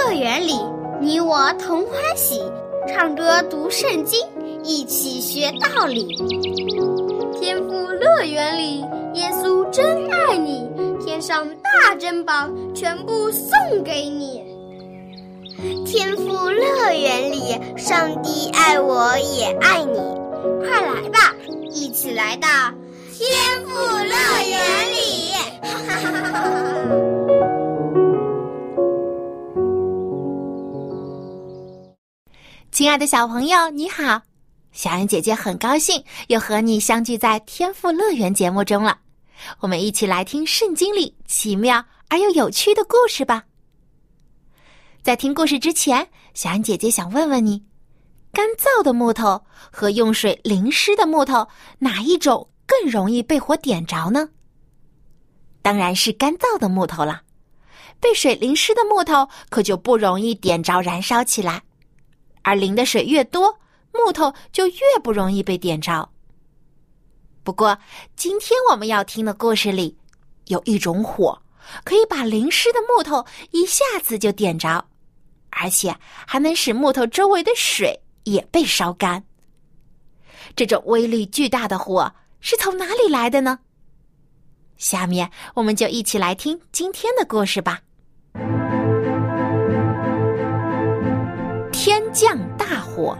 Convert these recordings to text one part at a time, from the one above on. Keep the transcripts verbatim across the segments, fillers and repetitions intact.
乐园里，你我同欢喜，唱歌读圣经，一起学道理。天父乐园里，耶稣真爱你，天上大珍宝全部送给你。 天父乐园里，上帝爱我也爱你， 快来吧，一起来到天父乐园里。 亲爱的小朋友，你好，小恩姐姐很高兴又和你相聚在天父乐园节目中了。我们一起来听圣经里奇妙而又有趣的故事吧。在听故事之前，小恩姐姐想问问你，干燥的木头和用水淋湿的木头，哪一种更容易被火点着呢？当然是干燥的木头了。被水淋湿的木头可就不容易点着燃烧起来，而淋的水越多，木头就越不容易被点着。不过，今天我们要听的故事里，有一种火，可以把淋湿的木头一下子就点着，而且还能使木头周围的水也被烧干。这种威力巨大的火是从哪里来的呢？下面我们就一起来听今天的故事吧。天降大火。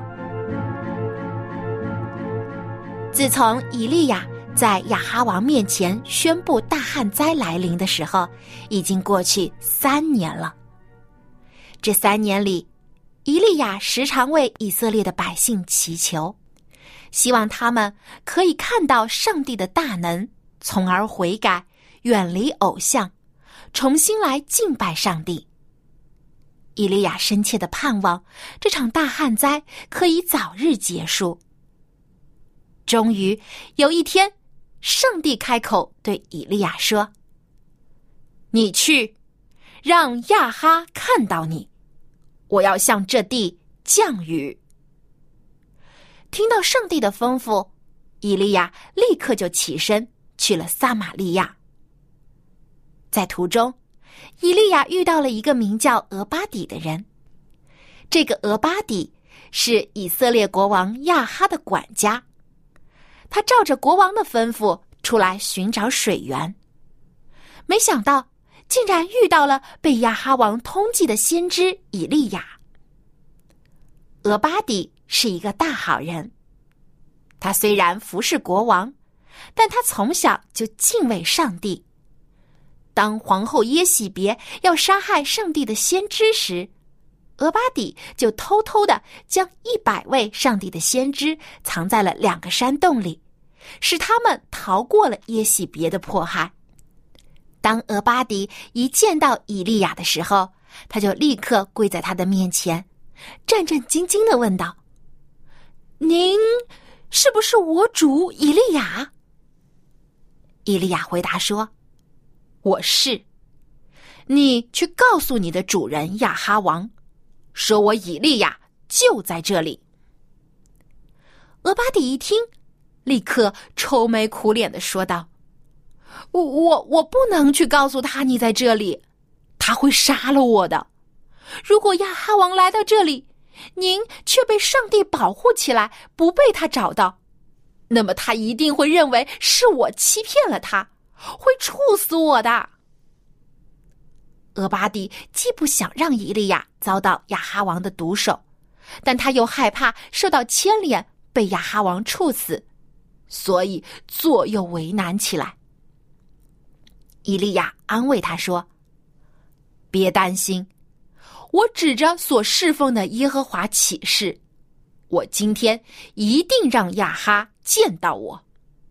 自从以利亚在亚哈王面前宣布大旱灾来临的时候，已经过去三年了。这三年里，以利亚时常为以色列的百姓祈求，希望他们可以看到上帝的大能，从而悔改，远离偶像，重新来敬拜上帝。以利亚深切地盼望这场大旱灾可以早日结束。终于有一天，上帝开口对以利亚说：你去，让亚哈看到你，我要向这地降雨。听到上帝的吩咐，以利亚立刻就起身去了撒玛利亚。在途中，以利亚遇到了一个名叫俄巴底的人。这个俄巴底是以色列国王亚哈的管家，他照着国王的吩咐出来寻找水源，没想到竟然遇到了被亚哈王通缉的先知以利亚。俄巴底是一个大好人，他虽然服侍国王，但他从小就敬畏上帝。当皇后耶喜别要杀害上帝的先知时，俄巴底就偷偷地将一百位上帝的先知藏在了两个山洞里，使他们逃过了耶喜别的迫害。当俄巴底一见到以利亚的时候，他就立刻跪在他的面前，战战兢兢地问道：您是不是我主以利亚？以利亚回答说：我是。你去告诉你的主人亚哈王，说我以利亚就在这里。俄巴底一听，立刻愁眉苦脸地说道：我我我不能去告诉他你在这里，他会杀了我的。如果亚哈王来到这里，您却被上帝保护起来，不被他找到，那么他一定会认为是我欺骗了他，会处死我的。俄巴底既不想让以利亚遭到亚哈王的毒手，但他又害怕受到牵连，被亚哈王处死，所以左右为难起来。以利亚安慰他说：别担心，我指着所侍奉的耶和华起誓，我今天一定让亚哈见到我。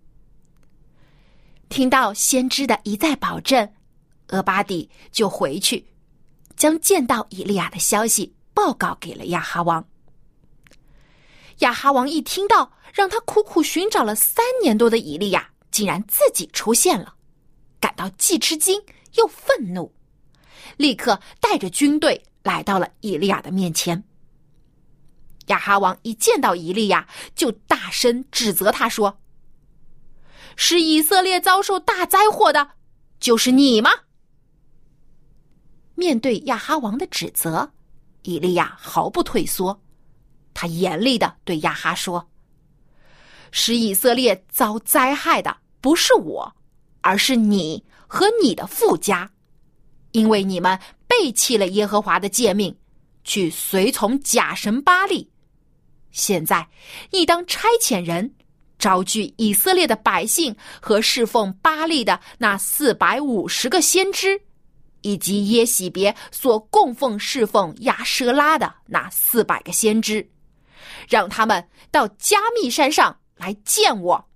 听到先知的一再保证，俄巴底就回去，将见到以利亚的消息报告给了亚哈王。亚哈王一听到让他苦苦寻找了三年多的以利亚竟然自己出现了，感到既吃惊又愤怒，立刻带着军队来到了以利亚的面前。亚哈王一见到以利亚，就大声指责他说：使以色列遭受大灾祸的就是你吗？面对亚哈王的指责， 以利亚毫不退缩，他严厉地对亚哈说：使以色列遭灾害的不是我，而是你和你的父家，因为你们背弃了耶和华的诫命，去随从假神巴力。现在你当差遣人招聚以色列的百姓和侍奉巴力的那四百五十个先知，以及耶洗别所供奉侍奉亚舍拉的那四百个先知，让他们到加密山上来见我。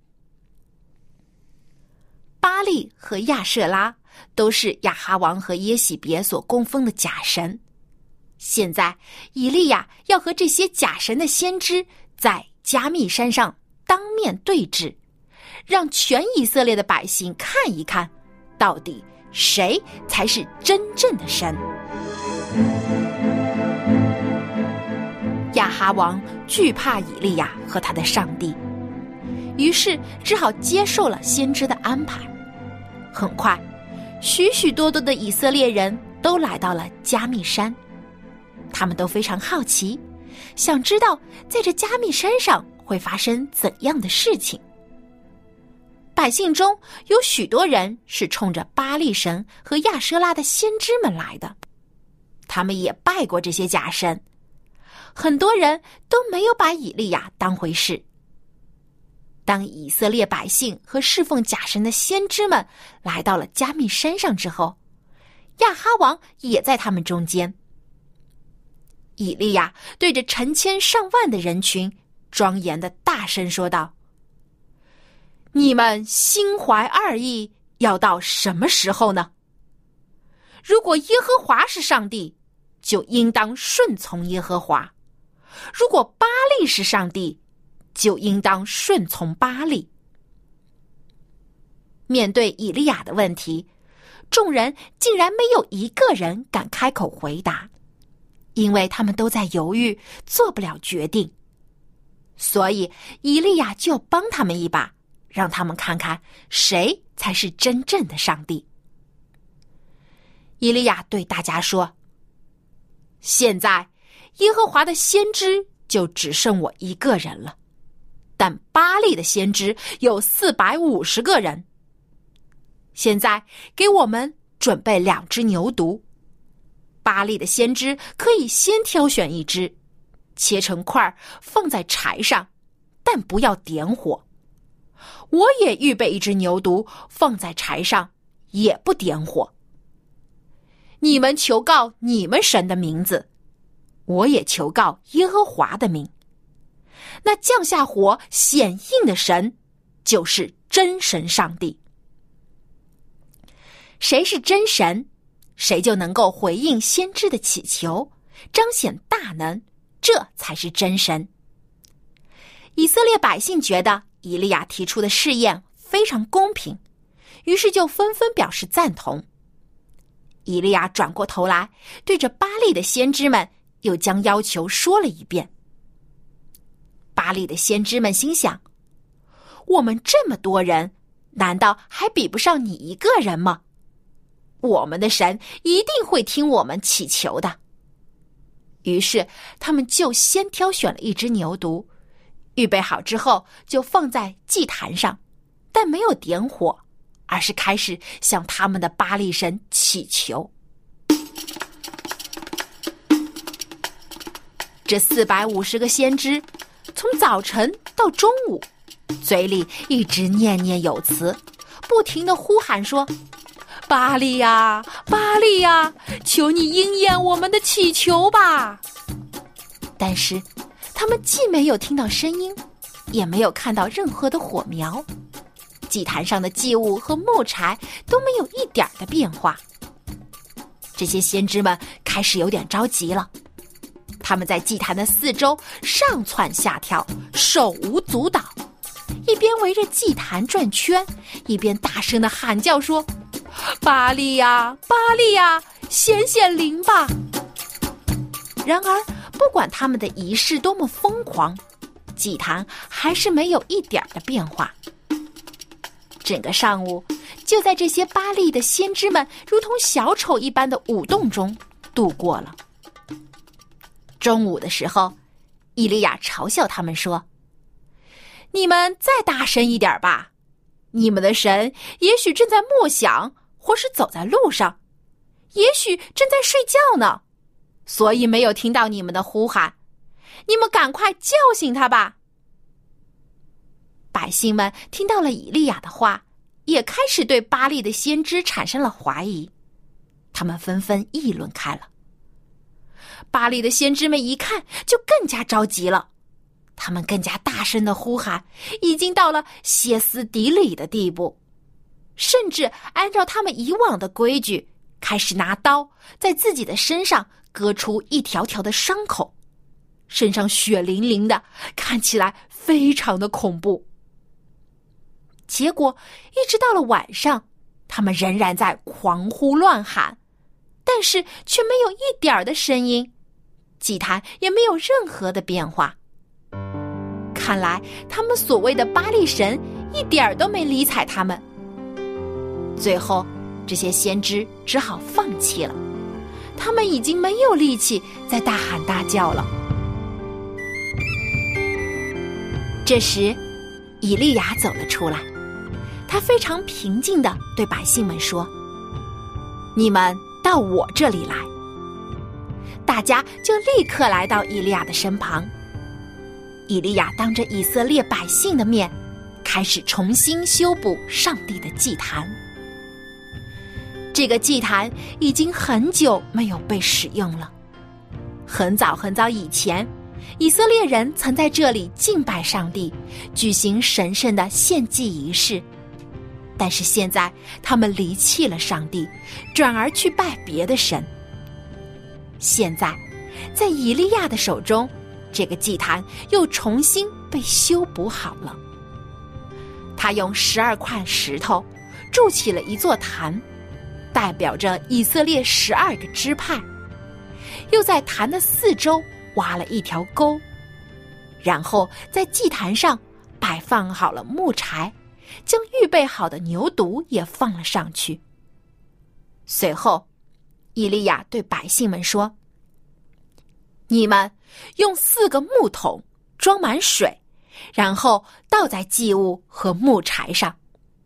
巴力和亚舍拉都是亚哈王和耶洗别所供奉的假神，现在以利亚要和这些假神的先知在加密山上当面对质，让全以色列的百姓看一看，到底谁才是真正的神。亚哈王惧怕以利亚和他的上帝，于是只好接受了先知的安排。很快，许许多多的以色列人都来到了加密山，他们都非常好奇，想知道在这加密山上会发生怎样的事情。百姓中有许多人是冲着巴力神和亚舍拉的先知们来的，他们也拜过这些假神，很多人都没有把以利亚当回事。当以色列百姓和侍奉假神的先知们来到了加密山上之后，亚哈王也在他们中间。以利亚对着成千上万的人群庄严的大声说道：你们心怀二意，要到什么时候呢？如果耶和华是上帝，就应当顺从耶和华；如果巴力是上帝，就应当顺从巴力。面对以利亚的问题，众人竟然没有一个人敢开口回答，因为他们都在犹豫，做不了决定。所以以利亚就帮他们一把，让他们看看谁才是真正的上帝。以利亚对大家说：现在耶和华的先知就只剩我一个人了，但巴力的先知有四百五十个人。现在给我们准备两只牛犊，巴力的先知可以先挑选一只，切成块放在柴上，但不要点火。我也预备一只牛犊放在柴上，也不点火。你们求告你们神的名字，我也求告耶和华的名。那降下火显应的神，就是真神上帝。谁是真神，谁就能够回应先知的祈求，彰显大能，这才是真神。以色列百姓觉得以利亚提出的试验非常公平，于是就纷纷表示赞同。以利亚转过头来，对着巴力的先知们又将要求说了一遍。巴力的先知们心想：我们这么多人，难道还比不上你一个人吗？我们的神一定会听我们祈求的。于是他们就先挑选了一只牛犊，预备好之后就放在祭坛上，但没有点火，而是开始向他们的巴力神祈求。这四百五十个先知从早晨到中午，嘴里一直念念有词，不停地呼喊说：巴力呀，巴力呀，求你应验我们的祈求吧！但是他们既没有听到声音，也没有看到任何的火苗，祭坛上的祭物和木柴都没有一点的变化。这些先知们开始有点着急了，他们在祭坛的四周上蹿下跳，手舞足蹈，一边围着祭坛转圈，一边大声地喊叫说：巴力呀，巴力呀，显显灵吧！然而不管他们的仪式多么疯狂，祭坛还是没有一点的变化。整个上午就在这些巴力的先知们如同小丑一般的舞动中度过了。 中午的时候，以利亚嘲笑他们说：“你们再大声一点吧，你们的神也许正在默想，或是走在路上，也许正在睡觉呢，所以没有听到你们的呼喊。你们赶快叫醒他吧。”百姓们听到了以利亚的话，也开始对巴力的先知产生了怀疑，他们纷纷议论开了。巴力的先知们一看就更加着急了，他们更加大声的呼喊，已经到了歇斯底里的地步，甚至按照他们以往的规矩，开始拿刀在自己的身上割出一条条的伤口，身上血淋淋的，看起来非常的恐怖。结果一直到了晚上，他们仍然在狂呼乱喊，但是却没有一点儿的声音，祭坛也没有任何的变化。看来他们所谓的巴力神一点儿都没理睬他们。最后这些先知只好放弃了，他们已经没有力气再大喊大叫了。这时以利亚走了出来，他非常平静地对百姓们说：“你们到我这里来。”大家就立刻来到以利亚的身旁。以利亚当着以色列百姓的面，开始重新修补上帝的祭坛。这个祭坛已经很久没有被使用了。很早很早以前，以色列人曾在这里敬拜上帝，举行神圣的献祭仪式。但是现在他们离弃了上帝，转而去拜别的神。现在在以利亚的手中，这个祭坛又重新被修补好了。他用十二块石头筑起了一座坛，代表着以色列十二个支派，又在坛的四周挖了一条沟，然后在祭坛上摆放好了木柴，将预备好的牛犊也放了上去。随后以利亚对百姓们说：“你们用四个木桶装满水，然后倒在祭物和木柴上。”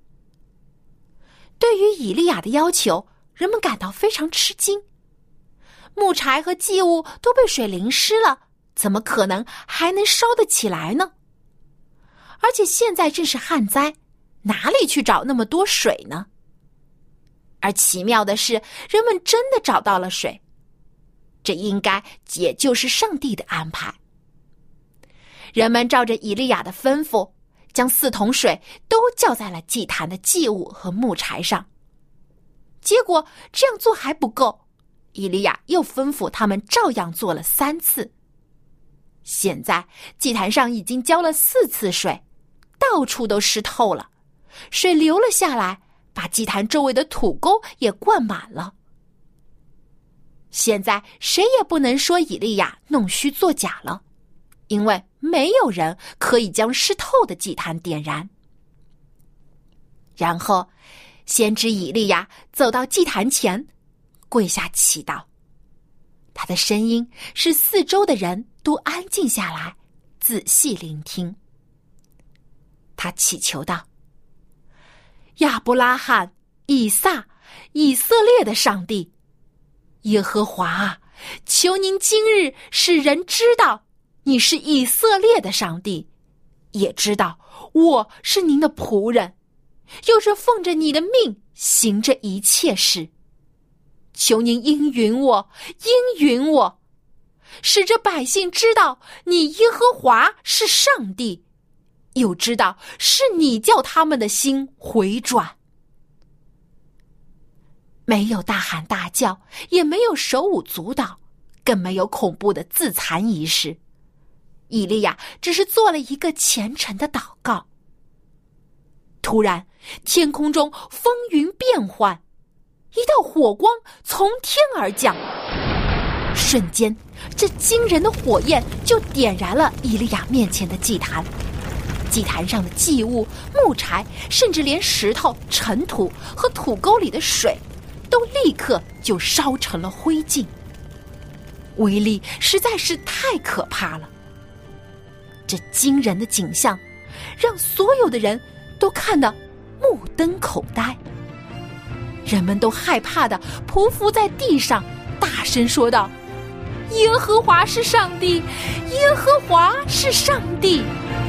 对于以利亚的要求，人们感到非常吃惊。木柴和祭物都被水淋湿了，怎么可能还能烧得起来呢？而且现在正是旱灾，哪里去找那么多水呢？而奇妙的是，人们真的找到了水，这应该也就是上帝的安排。人们照着以利亚的吩咐，将四桶水都浇在了祭坛的祭物和木柴上。结果这样做还不够，以利亚又吩咐他们照样做了三次。现在祭坛上已经浇了四次水，到处都湿透了，水流了下来，把祭坛周围的土沟也灌满了。现在谁也不能说以利亚弄虚作假了，因为没有人可以将湿透的祭坛点燃。然后先知以利亚走到祭坛前，跪下祈祷，他的声音使四周的人都安静下来，仔细聆听。他祈求道：“亚伯拉罕、以撒、以色列的上帝，耶和华啊，求您今日使人知道你是以色列的上帝，也知道我是您的仆人，又是奉着你的命行着一切事。求您应允我，应允我，使这百姓知道你耶和华是上帝，又知道是你叫他们的心回转。”没有大喊大叫，也没有手舞足蹈，更没有恐怖的自残仪式。以利亚只是做了一个虔诚的祷告。突然，天空中风云变幻，一道火光从天而降，瞬间，这惊人的火焰就点燃了以利亚面前的祭坛。祭坛上的祭物、木柴，甚至连石头、尘土和土沟里的水，都立刻就烧成了灰烬。 威力实在是太可怕了。这惊人的景象让所有的人都看得目瞪口呆，人们都害怕地匍匐在地上，大声说道：耶和华是上帝，耶和华是上帝。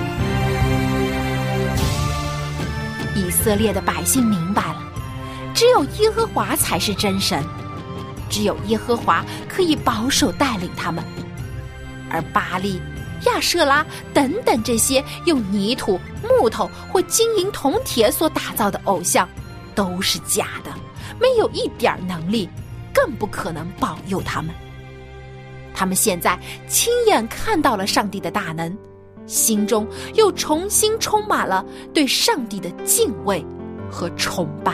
以色列的百姓明白了，只有耶和华才是真神，只有耶和华可以保守带领他们，而巴力、亚舍拉等等这些用泥土、木头或金银铜铁所打造的偶像都是假的，没有一点能力，更不可能保佑他们。他们现在亲眼看到了上帝的大能，心中又重新充满了对上帝的敬畏和崇拜。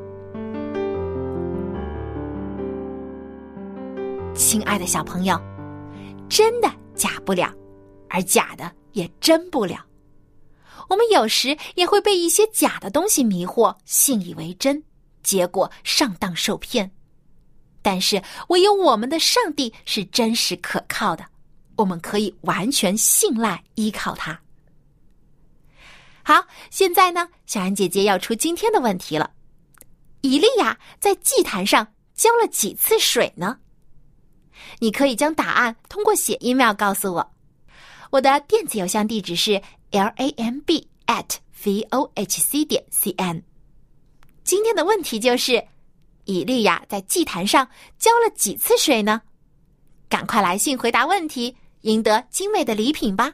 亲爱的小朋友，真的假不了，而假的也真不了。我们有时也会被一些假的东西迷惑，信以为真，结果上当受骗。但是唯有我们的上帝是真实可靠的，我们可以完全信赖依靠他。好，现在呢，小安姐姐要出今天的问题了。以利亚在祭坛上浇了几次水呢？你可以将答案通过写 email 告诉我，我的电子邮箱地址是 lamb at vohc 点 cn。 今天的问题就是以利亚在祭坛上浇了几次水呢？赶快来信回答问题，赢得精美的礼品吧。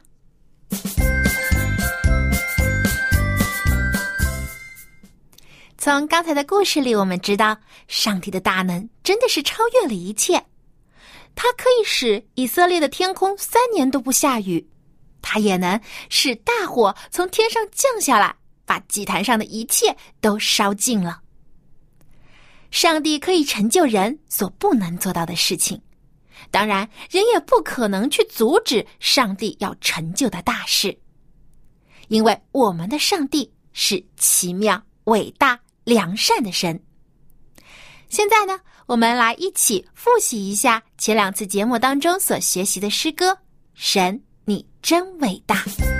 从刚才的故事里，我们知道上帝的大能真的是超越了一切。他可以使以色列的天空三年都不下雨，他也能使大火从天上降下来，把祭坛上的一切都烧尽了。上帝可以成就人所不能做到的事情，当然人也不可能去阻止上帝要成就的大事，因为我们的上帝是奇妙、伟大、良善的神。现在呢，我们来一起复习一下前两次节目当中所学习的诗歌《神，你真伟大》。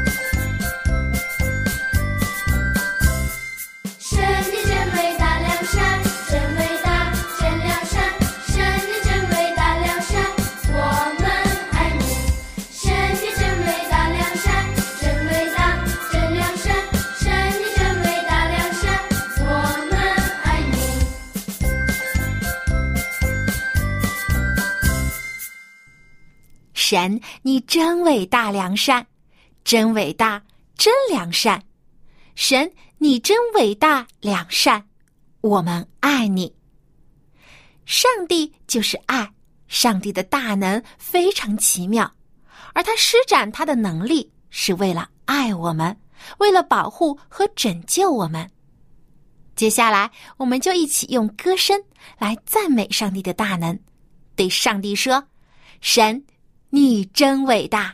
神，你真伟大良善，真伟大，真良善。神，你真伟大良善，我们爱你。上帝就是爱，上帝的大能非常奇妙，而他施展他的能力是为了爱我们，为了保护和拯救我们。接下来我们就一起用歌声来赞美上帝的大能，对上帝说：神，你真伟大。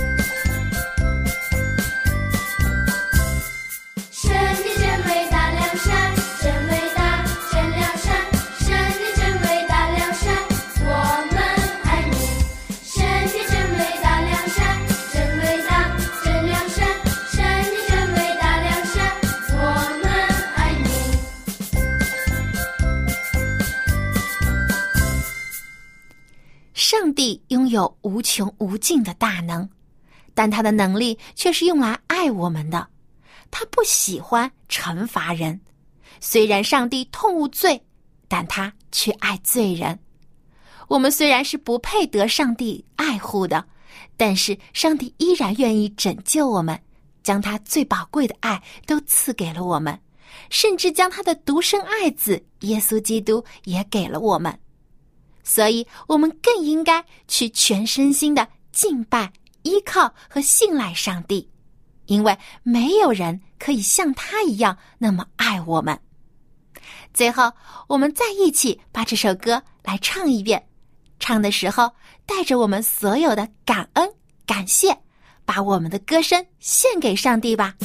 上帝拥有无穷无尽的大能，但他的能力却是用来爱我们的。他不喜欢惩罚人，虽然上帝痛恶罪，但他却爱罪人。我们虽然是不配得上帝爱护的，但是上帝依然愿意拯救我们，将他最宝贵的爱都赐给了我们，甚至将他的独生爱子耶稣基督也给了我们。所以我们更应该去全身心的敬拜、依靠和信赖上帝，因为没有人可以像他一样那么爱我们。最后，我们再一起把这首歌来唱一遍，唱的时候带着我们所有的感恩、感谢，把我们的歌声献给上帝吧。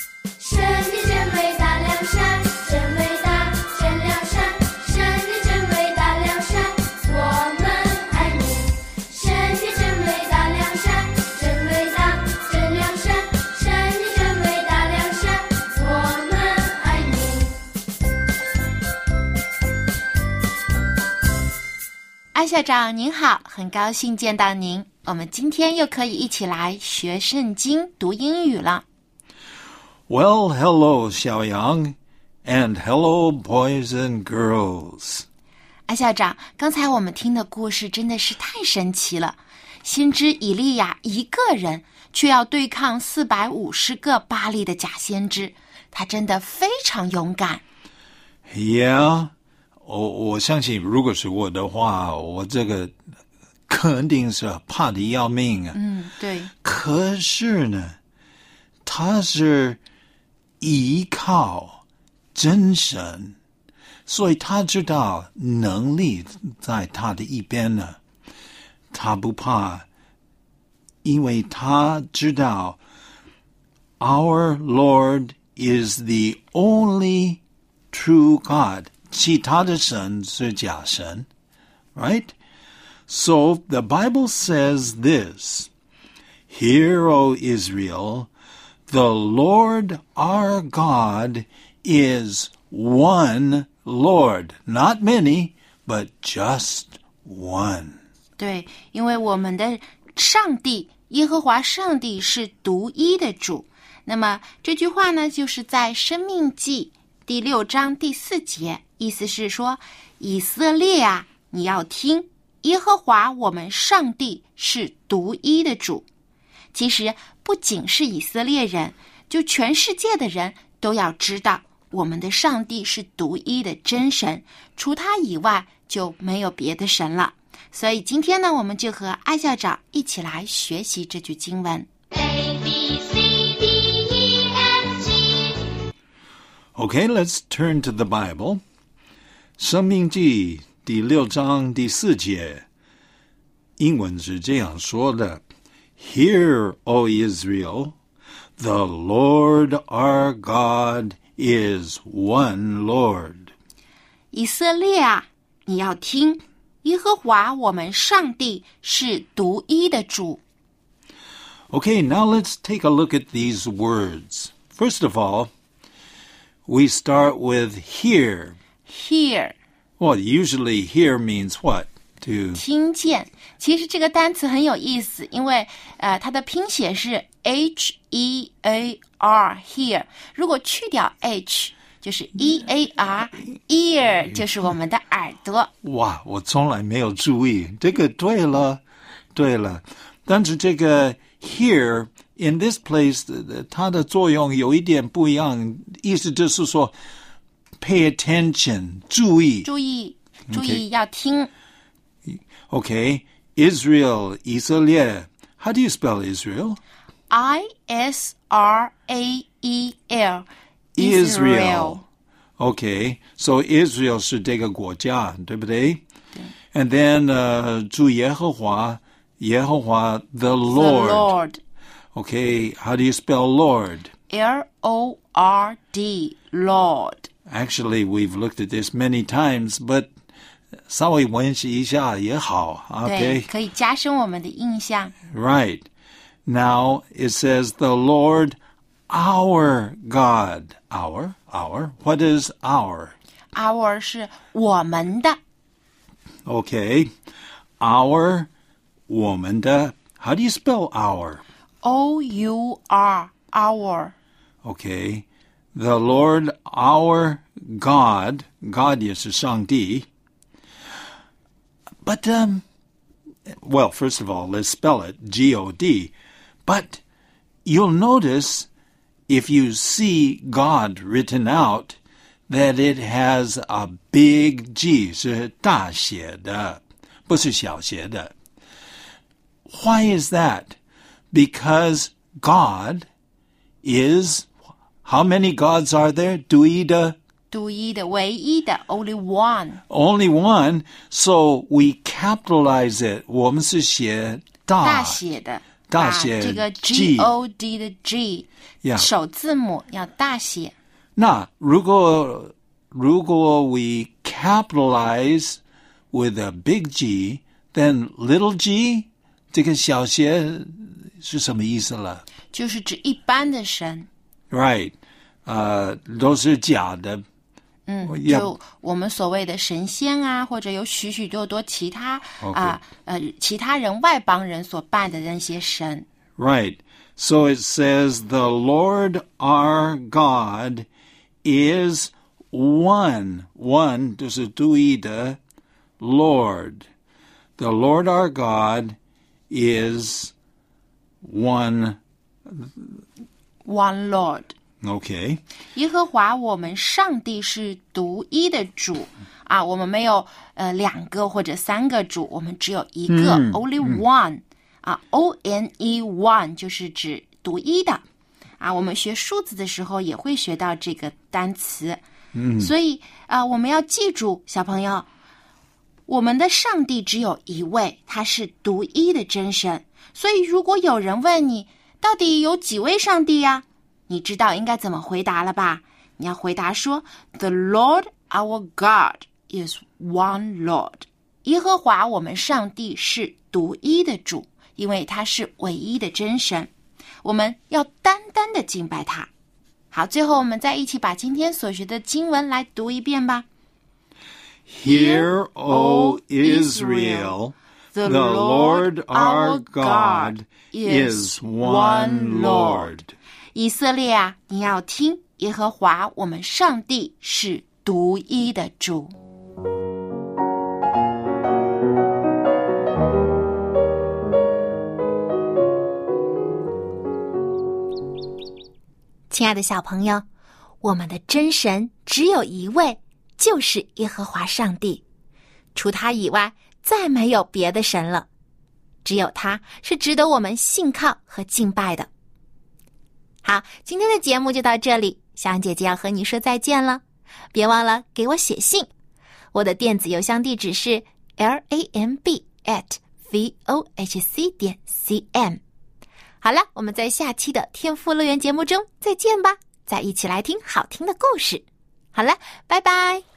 神你真伟大良善，真伟大真良善，神你真伟艾校长您好，很高兴见到您。我们今天又可以一起来学圣经、读英语了。 Well, hello, 小羊 and hello, boys and girls. 艾校长，刚才我们听的故事真的是太神奇了。先知以利亚一个人却要对抗四百五十个巴力的假先知，他真的非常勇敢。 Yeah, 我我相信如果是我的话，我这个肯定是怕得要命啊。 嗯，对。 可是呢，他是依靠真神，所以他知道能力在他的一边呢。他不怕，因为他知道 Our Lord is the only true God. 其他的神是假神 right? So the Bible says this, Hear, O Israel, the Lord our God is one Lord. Not many, but just one. 对，因为我们的上帝耶和华上帝是独一的主。那么这句话呢，就是在申命记第六章第四节，意思是说，以色列啊，你要听，耶和华我们上帝是独一的主。其实不仅是以色列人，就全世界的人都要知道，我们的上帝是独一的真神，除他以外就没有别的神了。所以今天呢，我们就和艾校长一起来学习这句经文。 A, B, C, D, E, F, G. Okay, let's turn to the Bible. 申命记第六章第四节，英文是这样说的 Hear, O Israel, the Lord our God is one Lord. 以色列啊，你要听，耶和华我们上帝是独一的主。 Okay, now let's take a look at these words. First of all, we start with hear. Hear, Well, usually hear means what? To 听见。其实这个单词很有意思，因为呃，它的拼写是 H E A R, hear。如果去掉 H， 就是 E A R, ear 就是我们的耳朵。 哇，我从来没有注意，这个对了，对了。但是这个 hear in this place, 它的作用有一点不一样，意思就是说 pay attention, 注意。 注意，注意要听。 Okay, Israel, 以色列。How do you spell Israel? I S R A E L, Israel. Okay, so Israel 是这个国家，对不对？ 对。 And then, uh, 主耶和华，耶和华 the Lord. The Lord. Okay, how do you spell Lord? L O R D, Lord. Actually, we've looked at this many times, but 稍微温习一下也好。 对， Okay, 可以加深我们的印象。 right. Now it says the Lord our God. Our, our. What is our? Our 是我们的。 Okay, our, 我们的。How do you spell our? O U R, our. Okay, the Lord our God, God 也是上帝。But, um, well, first of all, let's spell it, G O D. But you'll notice, if you see God written out, that it has a big G, 是大写的，不是小写的。Why is that? Because God is, how many gods are there? 独一的独一的，唯一的 only one. Only one, so we capitalize it. 我们是写大大写的， 大写把这个 G G O D 的 G Yeah. 首字母要大写。 那如果如果 we capitalize with a big G, then little g 这个小写是什么意思了？ 就是指一般的神。 Right, 呃，都是假的。 嗯， Yep. 就我们所谓的神仙啊，或者有许许多多其他 Okay. 啊呃其他人外邦人所拜的那些神。 Right. So it says the Lord our God is one. One 就是独一的 Lord. The Lord our God is one. One Lord. Okay. 耶和华我们上帝是独一的主啊，我们没有呃两个或者三个主，我们只有一个、 嗯、 only one、嗯、啊 O N E one 就是指独一的啊。我们学数字的时候也会学到这个单词， 嗯， 所以啊、呃、我们要记住，小朋友，我们的上帝只有一位，他是独一的真神。所以如果有人问你到底有几位上帝呀、啊？你知道应该怎么回答了吧？你要回答说 The Lord our God is one Lord. 耶和华我们上帝是独一的主，因为他是唯一的真神，我们要单单的敬拜他。好，最后我们再一起把今天所学的经文来读一遍吧。 Hear, O Israel, the Lord our God is one Lord. 以色列啊，你要听，耶和华我们上帝是独一的主。亲爱的小朋友，我们的真神只有一位，就是耶和华上帝，除他以外再没有别的神了，只有他是值得我们信靠和敬拜的。好，今天的节目就到这里，小安姐姐要和你说再见了，别忘了给我写信，我的电子邮箱地址是 l a m b at v o h c 点 c m。 好了，我们在下期的天父乐园节目中再见吧，再一起来听好听的故事。好了，拜拜。